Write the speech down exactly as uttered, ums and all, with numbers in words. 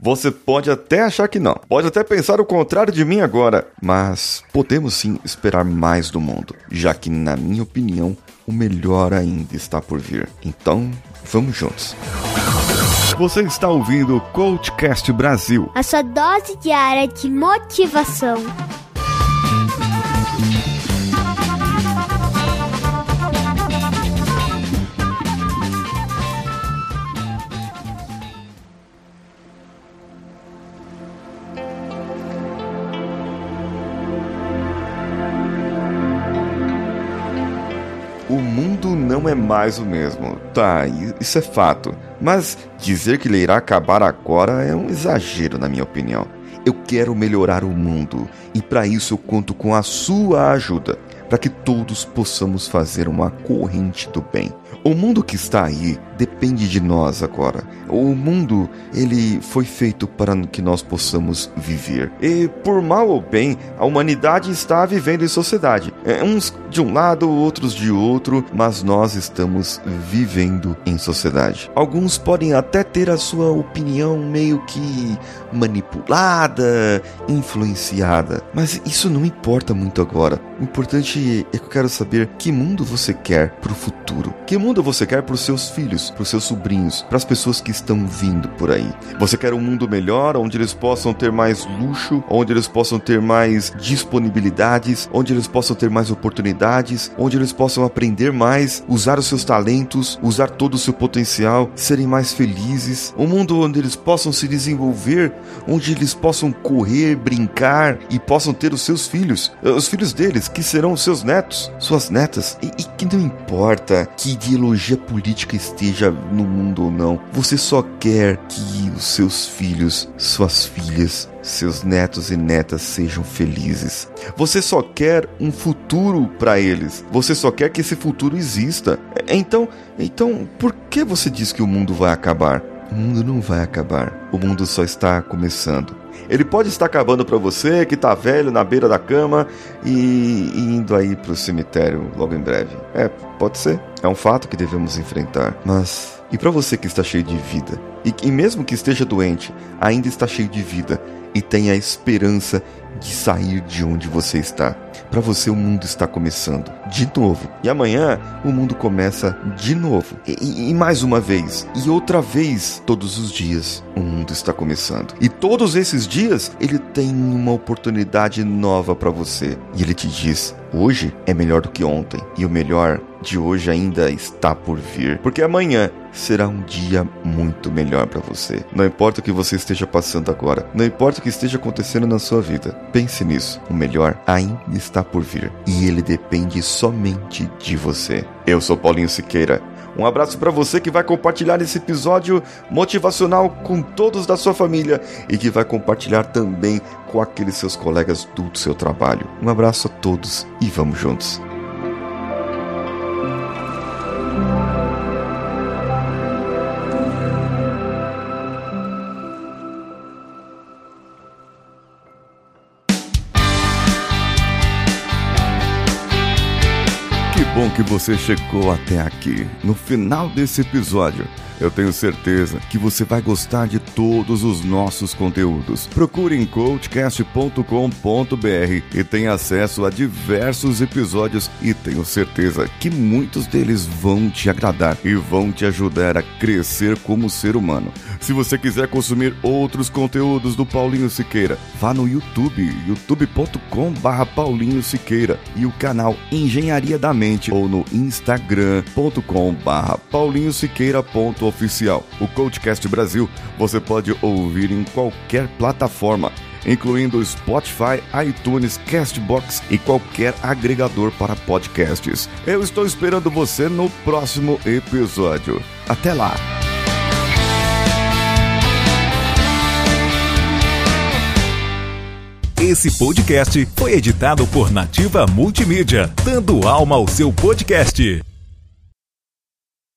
Você pode até achar que não, pode até pensar o contrário de mim agora, mas podemos sim esperar mais do mundo, já que, na minha opinião, o melhor ainda está por vir. Então, vamos juntos. Você está ouvindo o CoachCast Brasil, a sua dose diária de motivação. O mundo não é mais o mesmo. Tá, isso é fato. Mas dizer que ele irá acabar agora é um exagero, na minha opinião. Eu quero melhorar o mundo e para isso eu conto com a sua ajuda, para que todos possamos fazer uma corrente do bem. O mundo que está aí depende de nós agora. O mundo, ele foi feito para que nós possamos viver. E por mal ou bem, a humanidade está vivendo em sociedade. É, uns de um lado, outros de outro, mas nós estamos vivendo em sociedade. Alguns podem até ter a sua opinião meio que manipulada, influenciada, mas isso não importa muito agora. O importante é que eu quero saber que mundo você quer para o futuro. Que mundo você quer para os seus filhos, para os seus sobrinhos, para as pessoas que estão vindo por aí. Você quer um mundo melhor, onde eles possam ter mais luxo, onde eles possam ter mais disponibilidades, onde eles possam ter mais oportunidades, onde eles possam aprender mais, usar os seus talentos, usar todo o seu potencial, serem mais felizes. Um mundo onde eles possam se desenvolver, onde eles possam correr, brincar e possam ter os seus filhos, os filhos deles, que serão os seus netos, suas netas. E, e que não importa que ideologia política esteja no mundo ou não, você só quer que os seus filhos, suas filhas, seus netos e netas sejam felizes. Você só quer um futuro para eles. Você só quer que esse futuro exista. Então, então, por que você diz que o mundo vai acabar? O mundo não vai acabar. O mundo só está começando. Ele pode estar acabando para você que tá velho na beira da cama e, e indo aí pro cemitério logo em breve. É, pode ser. É um fato que devemos enfrentar. Mas e para você que está cheio de vida? E, e mesmo que esteja doente, ainda está cheio de vida e tem a esperança de sair de onde você está. Para você o mundo está começando de novo. E amanhã o mundo começa de novo. E, e, e mais uma vez. E outra vez. Todos os dias o mundo está começando. E todos esses dias ele tem uma oportunidade nova para você. E ele te diz: hoje é melhor do que ontem. E o melhor de hoje ainda está por vir. Porque amanhã será um dia muito melhor para você. Não importa o que você esteja passando agora. Não importa o que esteja acontecendo na sua vida. Pense nisso. O melhor ainda está por vir. E ele depende somente de você. Eu sou Paulinho Siqueira. Um abraço para você que vai compartilhar esse episódio motivacional com todos da sua família e que vai compartilhar também com aqueles seus colegas do seu trabalho. Um abraço a todos e vamos juntos. Que bom que você chegou até aqui. No final desse episódio, eu tenho certeza que você vai gostar de todos os nossos conteúdos. Procure em coachcast ponto com ponto b r e tenha acesso a diversos episódios e tenho certeza que muitos deles vão te agradar e vão te ajudar a crescer como ser humano. Se você quiser consumir outros conteúdos do Paulinho Siqueira, vá no YouTube, youtube ponto com barra Paulinho Siqueira e o canal Engenharia da Mente ou no instagram ponto com barra Paulinho Siqueira ponto oficial. O CoachCast Brasil você pode ouvir em qualquer plataforma, incluindo Spotify, iTunes, Castbox e qualquer agregador para podcasts. Eu estou esperando você no próximo episódio. Até lá! Esse podcast foi editado por Nativa Multimídia, dando alma ao seu podcast.